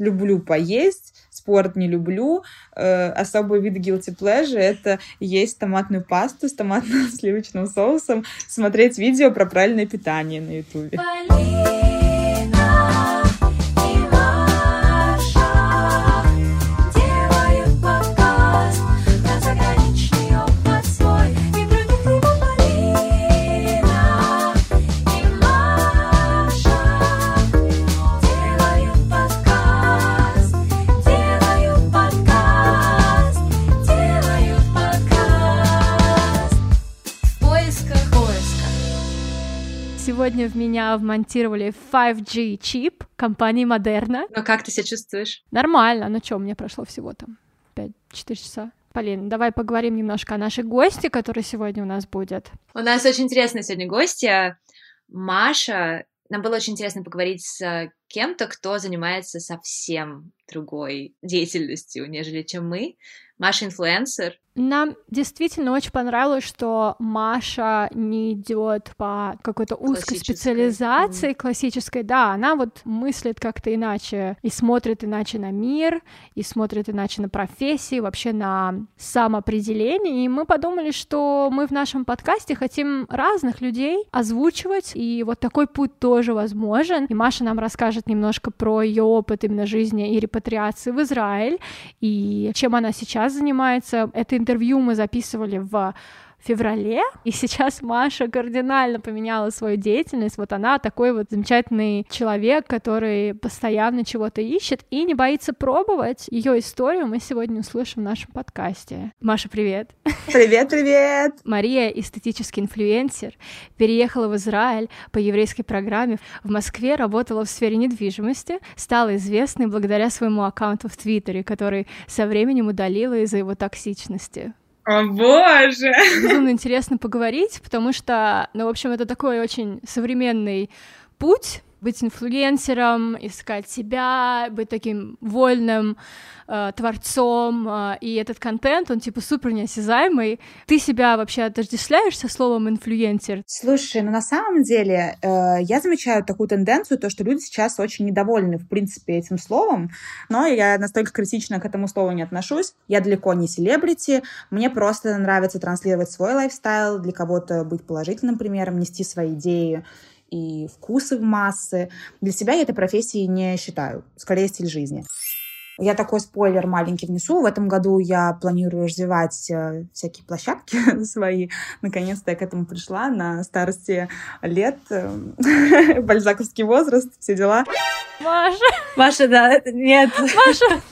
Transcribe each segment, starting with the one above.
люблю поесть, спорт не люблю. Особый вид guilty pleasure — это есть томатную пасту с томатно-сливочным соусом, смотреть видео про правильное питание на Ютубе. Сегодня в меня вмонтировали 5G чип компании Moderna. Ну как ты себя чувствуешь? Нормально, ну что, мне прошло всего там 5-4 часа. Полин, давай поговорим немножко о нашей гости, которая сегодня у нас будет. У нас очень интересная сегодня гостья, Маша. Нам было очень интересно поговорить с кем-то, кто занимается совсем другой деятельностью, нежели чем мы. Маша инфлюенсер. Нам действительно очень понравилось, что Маша не идет по какой-то узкой специализации классической. Да, она вот мыслит как-то иначе и смотрит иначе на мир, и смотрит иначе на профессии, вообще на самоопределение. И мы подумали, что мы в нашем подкасте хотим разных людей озвучивать, и вот такой путь тоже возможен. И Маша нам расскажет немножко про ее опыт именно жизни и репатриации в Израиль, и чем она сейчас занимается. Это интервью мы записывали в феврале, и сейчас Маша кардинально поменяла свою деятельность. Вот она такой вот замечательный человек, который постоянно чего-то ищет и не боится пробовать. Ее историю мы сегодня услышим в нашем подкасте. Маша, привет! Привет! Мария, эстетический инфлюенсер, переехала в Израиль по еврейской программе. В Москве работала в сфере недвижимости, стала известной благодаря своему аккаунту в Твиттере, который со временем удалила из-за его токсичности. О, боже! Безумно интересно поговорить, потому что, ну, в общем, это такой очень современный путь — быть инфлюенсером, искать себя, быть таким вольным творцом, и этот контент, он типа супер неосязаемый. Ты себя вообще отождествляешь со словом инфлюенсер? Слушай, ну на самом деле я замечаю такую тенденцию, то, что люди сейчас очень недовольны, в принципе, этим словом, но я настолько критично к этому слову не отношусь. Я далеко не селебрити, мне просто нравится транслировать свой лайфстайл, для кого-то быть положительным примером, нести свои идеи и вкусы в массы. Для себя я этой профессией не считаю, скорее стиль жизни. Я такой спойлер маленький внесу. В этом году я планирую развивать всякие площадки свои. Наконец-то я к этому пришла на старости лет. Бальзаковский возраст, все дела. Маша, да, нет. Маша!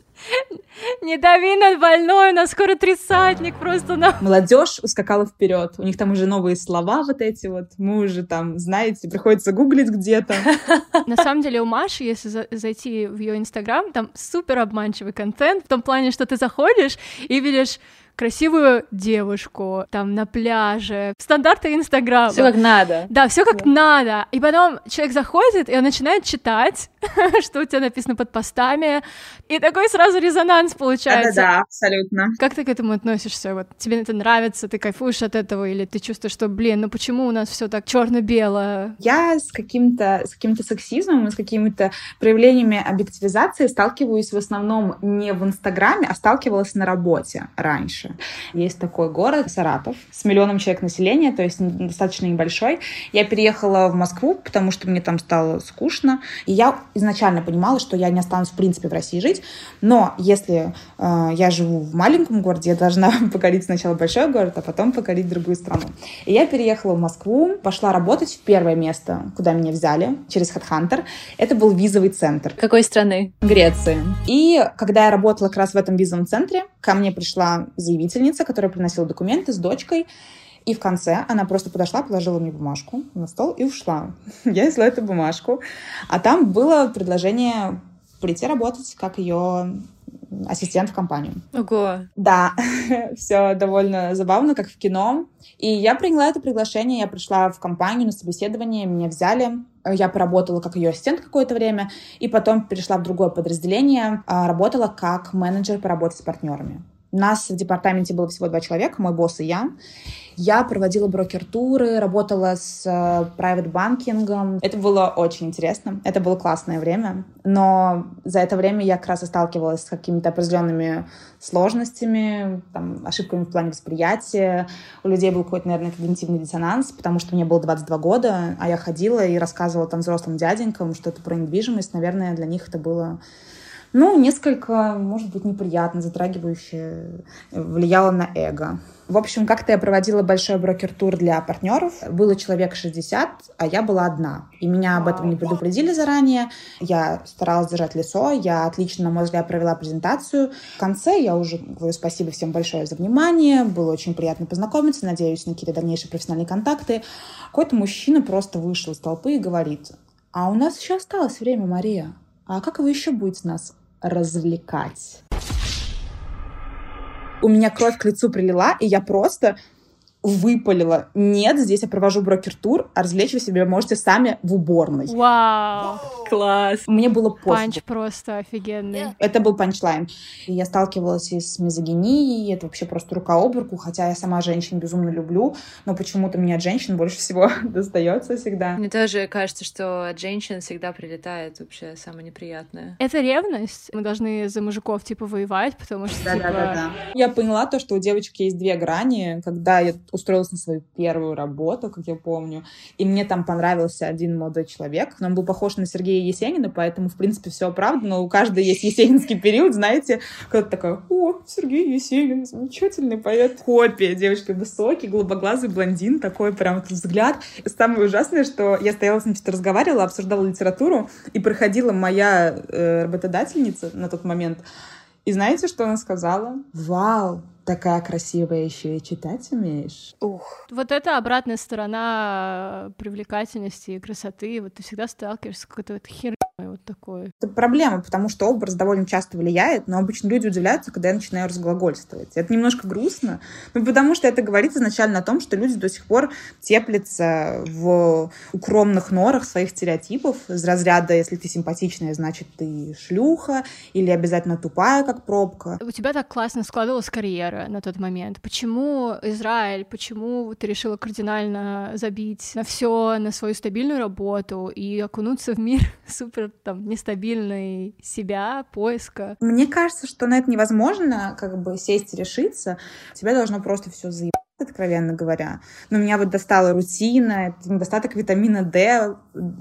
Не дави на больной, у нас скоро тридцатник просто. Молодежь ускакала вперед. У них там уже новые слова вот эти вот. Мы уже там, знаете, приходится гуглить где-то. На самом деле у Маши, если зайти в ее Инстаграм, там супер обманчивый контент, в том плане, что ты заходишь и видишь красивую девушку там на пляже, стандарты Инстаграма. Все как надо. Да, все как надо. И потом человек заходит, и он начинает читать, что у тебя написано под постами, и такой сразу резонанс получается. Да, абсолютно. Как ты к этому относишься? Вот тебе это нравится, ты кайфуешь от этого, или ты чувствуешь, что, блин, ну почему у нас все так черно-бело? Я с каким-то сексизмом, с какими-то проявлениями объективизации сталкиваюсь в основном не в Инстаграме, а сталкивалась на работе раньше. Есть такой город Саратов с 1 миллионом человек населения, то есть достаточно небольшой. Я переехала в Москву, потому что мне там стало скучно. И я изначально понимала, что я не останусь в принципе в России жить. Но если я живу в маленьком городе, я должна покорить сначала большой город, а потом покорить другую страну. И я переехала в Москву, пошла работать в первое место, куда меня взяли, через HeadHunter. Это был визовый центр. Какой страны? Греции. И когда я работала как раз в этом визовом центре, ко мне пришла заявительница, которая приносила документы с дочкой, и в конце она просто подошла, положила мне бумажку на стол и ушла. Я взяла эту бумажку, а там было предложение прийти работать как ее ассистент в компанию. Ого! Да, все довольно забавно, как в кино. И я приняла это приглашение, я пришла в компанию на собеседование, меня взяли. Я поработала как ее ассистент какое-то время, и потом перешла в другое подразделение, работала как менеджер по работе с партнерами. Нас в департаменте было всего 2 человека, мой босс и я. Я проводила брокер-туры, работала с private-банкингом. Это было очень интересно. Это было классное время. Но за это время я как раз и сталкивалась с какими-то определенными сложностями, там, ошибками в плане восприятия. У людей был какой-то, наверное, когнитивный диссонанс, потому что мне было 22 года, а я ходила и рассказывала там взрослым дяденькам что-то про недвижимость. Наверное, для них это было... несколько, может быть, неприятно, затрагивающе влияло на эго. В общем, как-то я проводила большой брокер-тур для партнеров. Было человек 60, а я была одна. И меня об этом не предупредили заранее. Я старалась держать лицо. Я отлично, на мой взгляд, провела презентацию. В конце я уже говорю спасибо всем большое за внимание. Было очень приятно познакомиться. Надеюсь на какие-то дальнейшие профессиональные контакты. Какой-то мужчина просто вышел из толпы и говорит: «А у нас еще осталось время, Мария. А как вы еще будете нас развлекать?» У меня кровь к лицу прилила, и я просто выпалила: «Нет, здесь я провожу брокер-тур, а развлечь вы себя можете сами в уборной». Вау! Класс! Мне было пофиг. Панч просто офигенный. Это был панчлайн. И я сталкивалась и с мизогинией, это вообще просто рука об руку, хотя я сама женщин безумно люблю, но почему-то мне от женщин больше всего достается всегда. Мне тоже кажется, что от женщин всегда прилетает вообще самое неприятное. Это ревность? Мы должны за мужиков, воевать, потому что, Да. Я поняла то, что у девочек есть 2 грани, когда я устроилась на свою первую работу, как я помню, и мне там понравился один молодой человек, но он был похож на Сергея Есенина, поэтому, в принципе, все оправдано, у каждой есть есенинский период, знаете, когда-то такая: «О, Сергей Есенин, замечательный поэт». Копия, девочка, высокий, голубоглазый блондин, такой прям этот взгляд. И самое ужасное, что я стояла с ним, что-то разговаривала, обсуждала литературу, и проходила моя работодательница на тот момент, и знаете, что она сказала? «Вау, такая красивая, еще и читать умеешь». Ух. Вот это обратная сторона привлекательности и красоты. Вот ты всегда сталкиваешься с какой-то херней вот такой. Это проблема, потому что образ довольно часто влияет, но обычно люди удивляются, когда я начинаю разглагольствовать. Это немножко грустно, потому что это говорит изначально о том, что люди до сих пор теплятся в укромных норах своих стереотипов из разряда: если ты симпатичная, значит, ты шлюха, или обязательно тупая, как пробка. У тебя так классно складывалась карьера на тот момент. Почему Израиль? Почему ты решила кардинально забить на все, на свою стабильную работу и окунуться в мир супер нестабильный себя, поиска? Мне кажется, что на это невозможно сесть и решиться. Тебя должно просто все заебать, откровенно говоря. Но меня достала рутина, недостаток витамина D,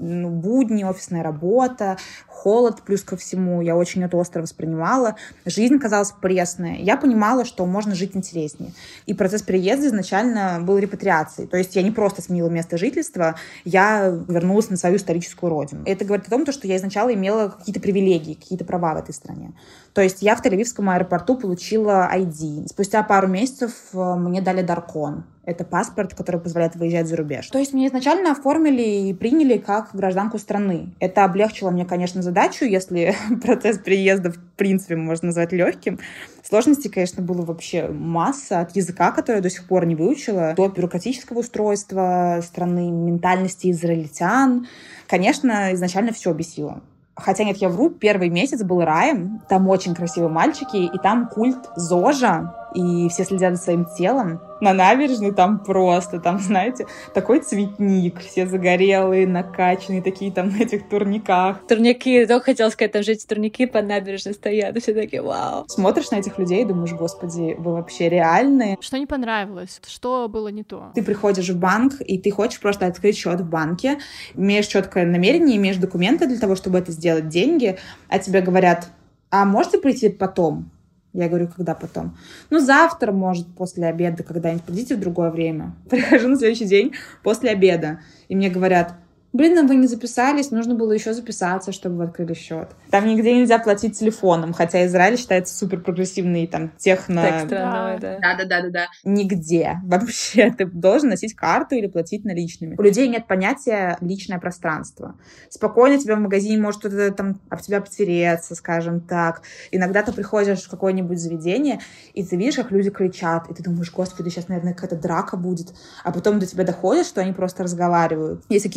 будни, офисная работа, холод плюс ко всему. Я очень это остро воспринимала. Жизнь казалась пресная. Я понимала, что можно жить интереснее. И процесс переезда изначально был репатриацией. То есть я не просто сменила место жительства, я вернулась на свою историческую родину. И это говорит о том, что я изначально имела какие-то привилегии, какие-то права в этой стране. То есть я в Тель-Авивском аэропорту получила ID. Спустя пару месяцев мне дали даркон. Это паспорт, который позволяет выезжать за рубеж. То есть меня изначально оформили и приняли как гражданку страны. Это облегчило мне, конечно, задачу, если процесс переезда, в принципе, можно назвать легким. Сложностей, конечно, было вообще масса. От языка, который я до сих пор не выучила, до бюрократического устройства страны, ментальности израильтян. Конечно, изначально все бесило. Хотя нет, я вру, первый месяц был раем. Там очень красивые мальчики, и там культ ЗОЖа, и все следят за своим телом. На набережной там просто, знаете, такой цветник, все загорелые, накачанные, такие на этих турниках. Турники, только хотела сказать, там же эти турники по набережной стоят, и все такие: вау. Смотришь на этих людей и думаешь: господи, вы вообще реальные? Что не понравилось? Что было не то? Ты приходишь в банк, и ты хочешь просто открыть счет в банке, имеешь четкое намерение, имеешь документы для того, чтобы это сделать, деньги, а тебе говорят: а можете прийти потом? Я говорю: когда потом? Завтра, может, после обеда когда-нибудь. Придите в другое время. Прихожу на следующий день после обеда, и мне говорят: блин, вы не записались, нужно было еще записаться, чтобы вы открыли счет. Там нигде нельзя платить телефоном, хотя Израиль считается супер прогрессивный, техно... Так страной, да. Да. Нигде. Вообще ты должен носить карту или платить наличными. У людей нет понятия личное пространство. Спокойно тебе в магазине может кто-то об тебя потереться, скажем так. Иногда ты приходишь в какое-нибудь заведение, и ты видишь, как люди кричат, и ты думаешь: господи, сейчас, наверное, какая-то драка будет. А потом до тебя доходит, что они просто разговаривают. Есть какие-то вещи,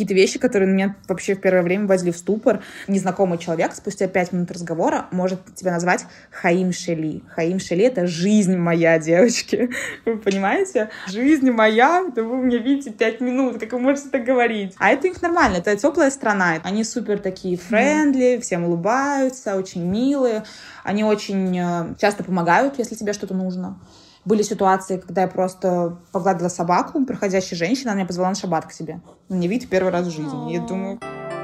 которые меня вообще в первое время вводили в ступор. Незнакомый человек спустя 5 минут разговора может тебя назвать Хаим Шели. Хаим Шели — это жизнь моя, девочки. Вы понимаете? Жизнь моя, да вы меня видите 5 минут, как вы можете так говорить? А это их нормально, это теплая страна. Они супер такие френдли, всем улыбаются, очень милые. Они очень часто помогают, если тебе что-то нужно. Были ситуации, когда я просто погладила собаку, проходящая женщина, она меня позвала на шаббат к себе. Меня видит первый раз в жизни. Я думаю...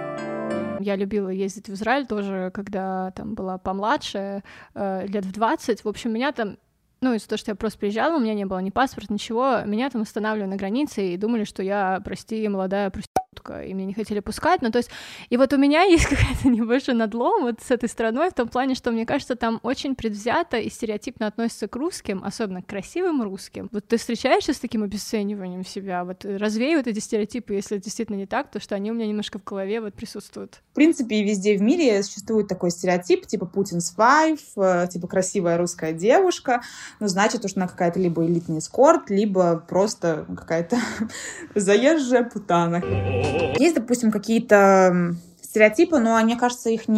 Я любила ездить в Израиль тоже, когда там была помладше, лет в 20. В общем, меня там... из-за того, что я просто приезжала, у меня не было ни паспорта, ничего, меня там останавливали на границе и думали, что я, прости, молодая проститутка, и меня не хотели пускать, то есть, и вот у меня есть какая-то небольшой надлом вот с этой страной в том плане, что, мне кажется, там очень предвзято и стереотипно относятся к русским, особенно к красивым русским. Вот ты встречаешься с таким обесцениванием себя, вот развей вот эти стереотипы, если это действительно не так, то что они у меня немножко в голове вот присутствуют. В принципе, везде в мире существует такой стереотип, типа Путин's wife, типа красивая русская девушка, значит, что она какая-то либо элитный эскорт, либо просто какая-то заезжая путана. Есть, допустим, какие-то стереотипы, но мне кажется, их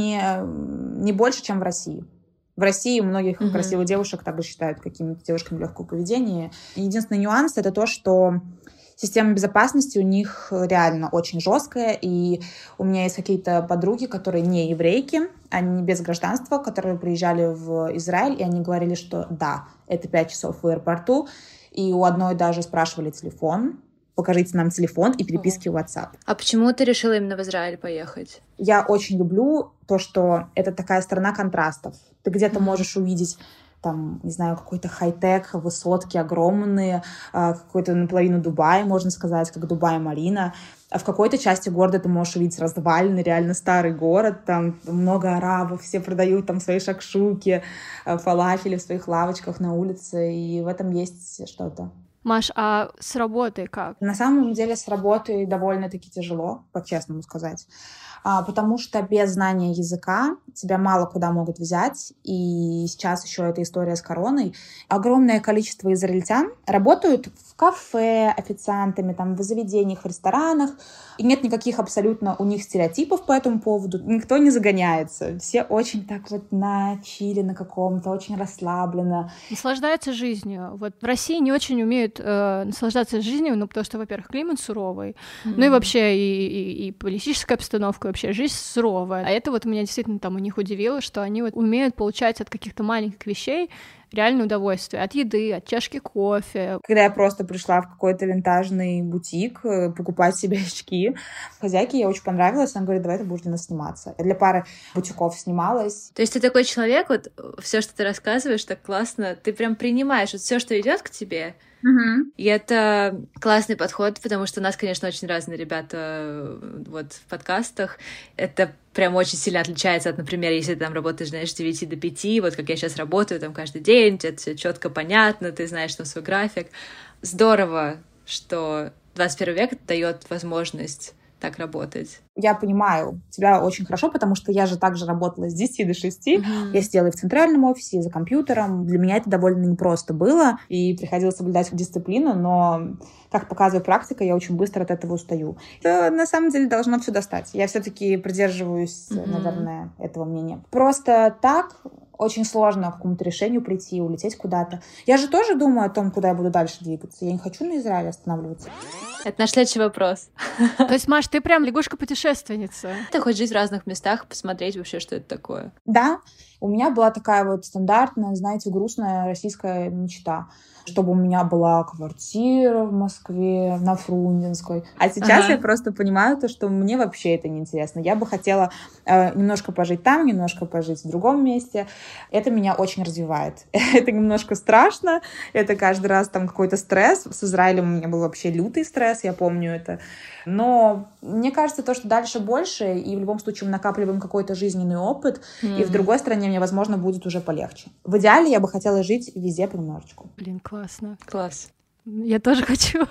не больше, чем в России. В России многих красивых девушек также считают какими-то девушками легкого поведения. Единственный нюанс — это то, что система безопасности у них реально очень жесткая, и у меня есть какие-то подруги, которые не еврейки, они без гражданства, которые приезжали в Израиль, и они говорили, что да, это 5 часов в аэропорту, и у одной даже спрашивали телефон, покажите нам телефон и переписки в WhatsApp. А почему ты решила именно в Израиль поехать? Я очень люблю то, что это такая страна контрастов. Ты где-то можешь увидеть там, не знаю, какой-то хай-тек, высотки огромные, какой-то наполовину Дубай, можно сказать, как Дубай-Марина. А в какой-то части города ты можешь увидеть развалины, реально старый город, там много арабов, все продают там свои шакшуки, фалафели в своих лавочках на улице, и в этом есть что-то. Маш, а с работой как? На самом деле с работой довольно-таки тяжело, по-честному сказать. Потому что без знания языка тебя мало куда могут взять. И сейчас еще эта история с короной. Огромное количество израильтян работают в кафе официантами, там, в заведениях, в ресторанах. И нет никаких абсолютно у них стереотипов по этому поводу. Никто не загоняется. Все очень так вот на чиле на каком-то, очень расслабленно. Наслаждаются жизнью. Вот в России не очень умеют наслаждаться жизнью, потому что, во-первых, климат суровый, и вообще и политическая обстановка, вообще жизнь суровая. А это вот меня действительно там у них удивило, что они вот умеют получать от каких-то маленьких вещей реальное удовольствие. От еды, от чашки кофе. Когда я просто пришла в какой-то винтажный бутик покупать себе очки, хозяйке ей очень понравилось. Она говорит, давай ты будешь для нас сниматься. Я для пары бутиков снималась. То есть ты такой человек, вот все, что ты рассказываешь, так классно, ты прям принимаешь вот все, что идет к тебе. И это классный подход, потому что у нас, конечно, очень разные ребята вот в подкастах. Это прям очень сильно отличается от, например, если ты там работаешь, знаешь, с 9 до 5, вот как я сейчас работаю там каждый день, тебе все четко понятно, ты знаешь там свой график. Здорово, что 21 век дает возможность так работать. Я понимаю тебя очень хорошо, потому что я же также работала с 10 до 6. Я сидела и в центральном офисе, и за компьютером. Для меня это довольно непросто было, и приходилось соблюдать дисциплину, но, как показывает практика, я очень быстро от этого устаю. Это, на самом деле, должно все достать. Я все-таки придерживаюсь, наверное, этого мнения. Просто так очень сложно к какому-то решению прийти, улететь куда-то. Я же тоже думаю о том, куда я буду дальше двигаться. Я не хочу на Израиле останавливаться. Это наш следующий вопрос. То есть, Маш, ты прям лягушка-путешественница. Ты хочешь жить в разных местах, посмотреть вообще, что это такое. Да, у меня была такая вот стандартная, знаете, грустная российская мечта, чтобы у меня была квартира в Москве, на Фрунзенской. А сейчас я просто понимаю то, что мне вообще это неинтересно. Я бы хотела немножко пожить там, немножко пожить в другом месте. Это меня очень развивает. Это немножко страшно, это каждый раз там какой-то стресс. С Израилем у меня был вообще лютый стресс, я помню это. Но мне кажется, то, что дальше больше, и в любом случае мы накапливаем какой-то жизненный опыт, и в другой стране мне, возможно, будет уже полегче. В идеале я бы хотела жить везде понемножечку. Блин, классно. Класс. Я тоже хочу.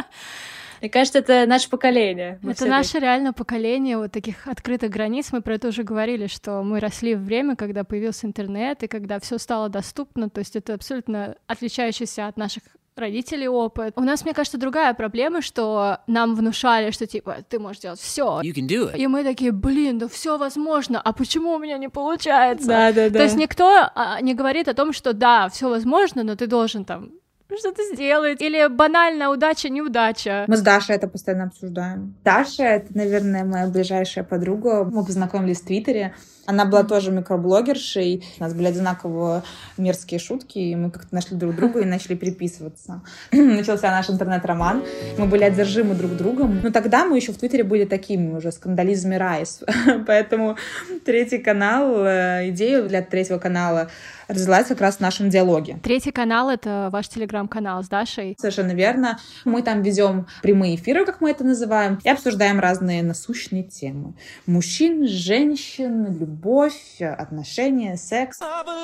Мне кажется, это наше поколение. Это наше реально поколение вот таких открытых границ. Мы про это уже говорили, что мы росли в время, когда появился интернет, и когда все стало доступно. То есть это абсолютно отличающееся от наших родителей опыт. У нас, мне кажется, другая проблема, что нам внушали, что типа ты можешь делать все. И мы такие, блин, да все возможно, а почему у меня не получается? Да. То есть никто не говорит о том, что да, все возможно, но ты должен там что-то сделать. Или банально удача-неудача. Мы с Дашей это постоянно обсуждаем. Даша — это, наверное, моя ближайшая подруга. Мы познакомились в Твиттере. Она была тоже микроблогершей. У нас были одинаково мерзкие шутки, и мы как-то нашли друг друга и начали переписываться. Начался наш интернет-роман. Мы были одержимы друг другом. Но тогда мы еще в Твиттере были такими уже, скандализм и райс. Поэтому третий канал, идею для третьего канала родилась как раз в нашем диалоге. Третий канал — это ваш телеграм-канал с Дашей. Совершенно верно. Мы там ведем прямые эфиры, как мы это называем, и обсуждаем разные насущные темы. Мужчин, женщин, любовь, отношения, секс.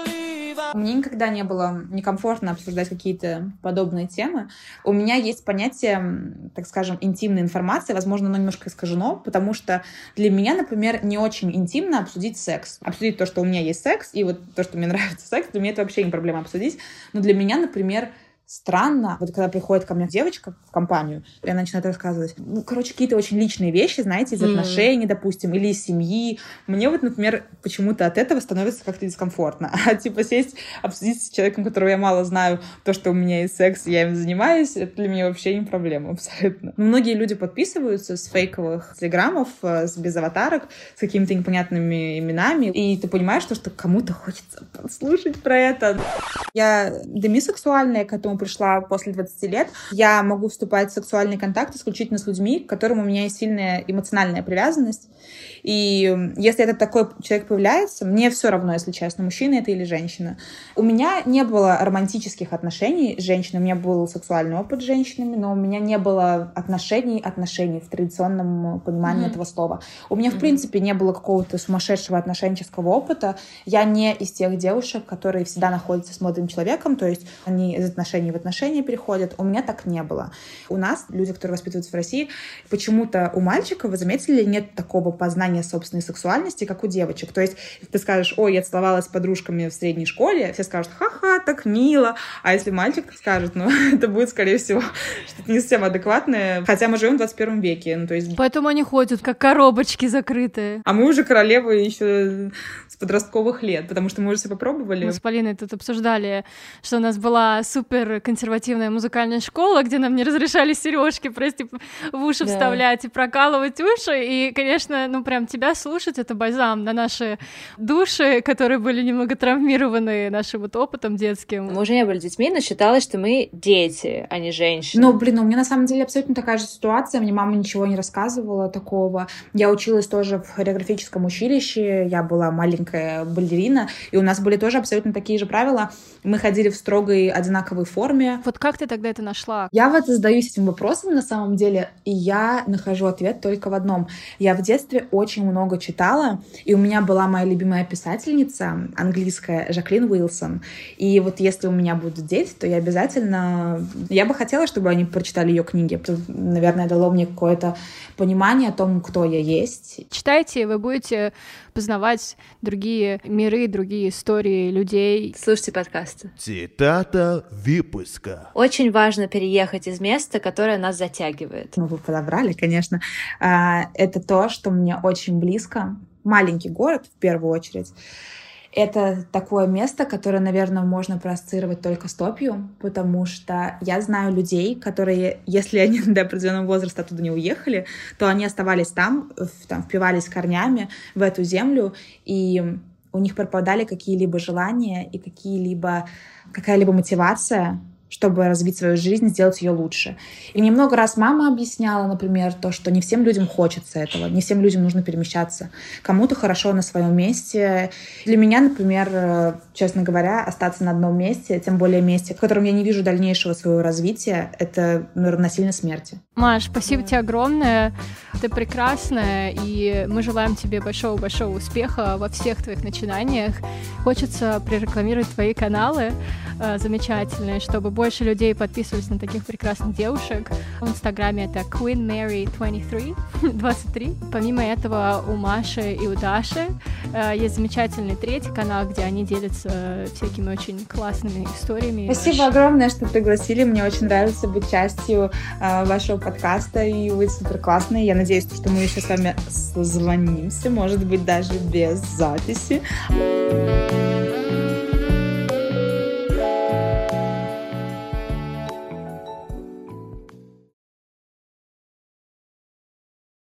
Мне никогда не было некомфортно обсуждать какие-то подобные темы. У меня есть понятие, так скажем, интимной информации. Возможно, оно немножко искажено, потому что для меня, например, не очень интимно обсудить секс. Обсудить то, что у меня есть секс, и вот то, что мне нравится секс, для меня это вообще не проблема обсудить. Но для меня, например, странно, вот когда приходит ко мне девочка в компанию, и она начинает рассказывать, какие-то очень личные вещи, знаете, из отношений, допустим, или из семьи. Мне вот, например, почему-то от этого становится как-то дискомфортно. А типа сесть, обсудить с человеком, которого я мало знаю, то, что у меня есть секс, я им занимаюсь, это для меня вообще не проблема абсолютно. Многие люди подписываются с фейковых телеграммов, без аватарок, с какими-то непонятными именами, и ты понимаешь, что кому-то хочется послушать про это. Я демисексуальная, к этому пришла после 20 лет. Я могу вступать в сексуальный контакт исключительно с людьми, к которым у меня есть сильная эмоциональная привязанность. И если этот такой человек появляется, мне все равно, если честно, мужчина это или женщина. У меня не было романтических отношений с женщиной, у меня был сексуальный опыт с женщинами, но у меня не было отношений в традиционном понимании этого слова. У меня, в принципе, не было какого-то сумасшедшего отношенческого опыта. Я не из тех девушек, которые всегда находятся с молодым человеком, то есть они из отношений в отношения переходят. У меня так не было. У нас, люди, которые воспитываются в России, почему-то у мальчиков, вы заметили, нет такого познания собственной сексуальности, как у девочек. То есть, если ты скажешь, ой, я целовалась с подружками в средней школе, все скажут, ха-ха, так мило. А если мальчик скажет, это будет, скорее всего, что-то не совсем адекватное. Хотя мы живем в 21 веке. То есть... Поэтому они ходят, как коробочки закрытые. А мы уже королевы еще с подростковых лет, потому что мы уже все попробовали. Мы с Полиной тут обсуждали, что у нас была супер консервативная музыкальная школа, где нам не разрешали сережки, прости, в уши вставлять и прокалывать уши. И, конечно, прям тебя слушать — это бальзам на наши души, которые были немного травмированы нашим вот опытом детским. Мы уже не были детьми, но считалось, что мы дети, а не женщины. У меня на самом деле абсолютно такая же ситуация. Мне мама ничего не рассказывала такого. Я училась тоже в хореографическом училище, я была маленькая балерина, и у нас были тоже абсолютно такие же правила. Мы ходили в строгой одинаковой форме. Вот как ты тогда это нашла? Я вот задаюсь этим вопросом на самом деле, и я нахожу ответ только в одном. Я в детстве очень много читала, и у меня была моя любимая писательница английская Жаклин Уилсон. И вот если у меня будут дети, то я обязательно... Я бы хотела, чтобы они прочитали ее книги. Это, наверное, дало мне какое-то понимание о том, кто я есть. Читайте, вы будете познавать другие миры, другие истории людей. Слушайте подкасты. Цитата выпуска. Очень важно переехать из места, которое нас затягивает. Вы подобрали, конечно. Это то, что мне очень близко. Маленький город, в первую очередь. Это такое место, которое, наверное, можно проассоциировать только с Токио, потому что я знаю людей, которые, если они до определенного возраста оттуда не уехали, то они оставались там впивались корнями в эту землю, и у них пропадали какие-либо желания и какая-либо мотивация, чтобы развить свою жизнь, сделать ее лучше. И мне много раз мама объясняла, например, то, что не всем людям хочется этого, не всем людям нужно перемещаться. Кому-то хорошо на своем месте. Для меня, например, честно говоря, остаться на одном месте, тем более месте, в котором я не вижу дальнейшего своего развития, это равносильно смерти. Маш, спасибо тебе огромное. Ты прекрасная, и мы желаем тебе большого-большого успеха во всех твоих начинаниях. Хочется прорекламировать твои каналы замечательные, чтобы больше людей подписывались на таких прекрасных девушек. В Инстаграме это Queen Mary 23. Помимо этого у Маши и у Даши есть замечательный третий канал, где они делятся всякими очень классными историями. Спасибо огромное, что пригласили. Мне очень нравится быть частью вашего подкаста, и вы супер классные. Я надеюсь, что мы еще с вами созвонимся, может быть, даже без записи.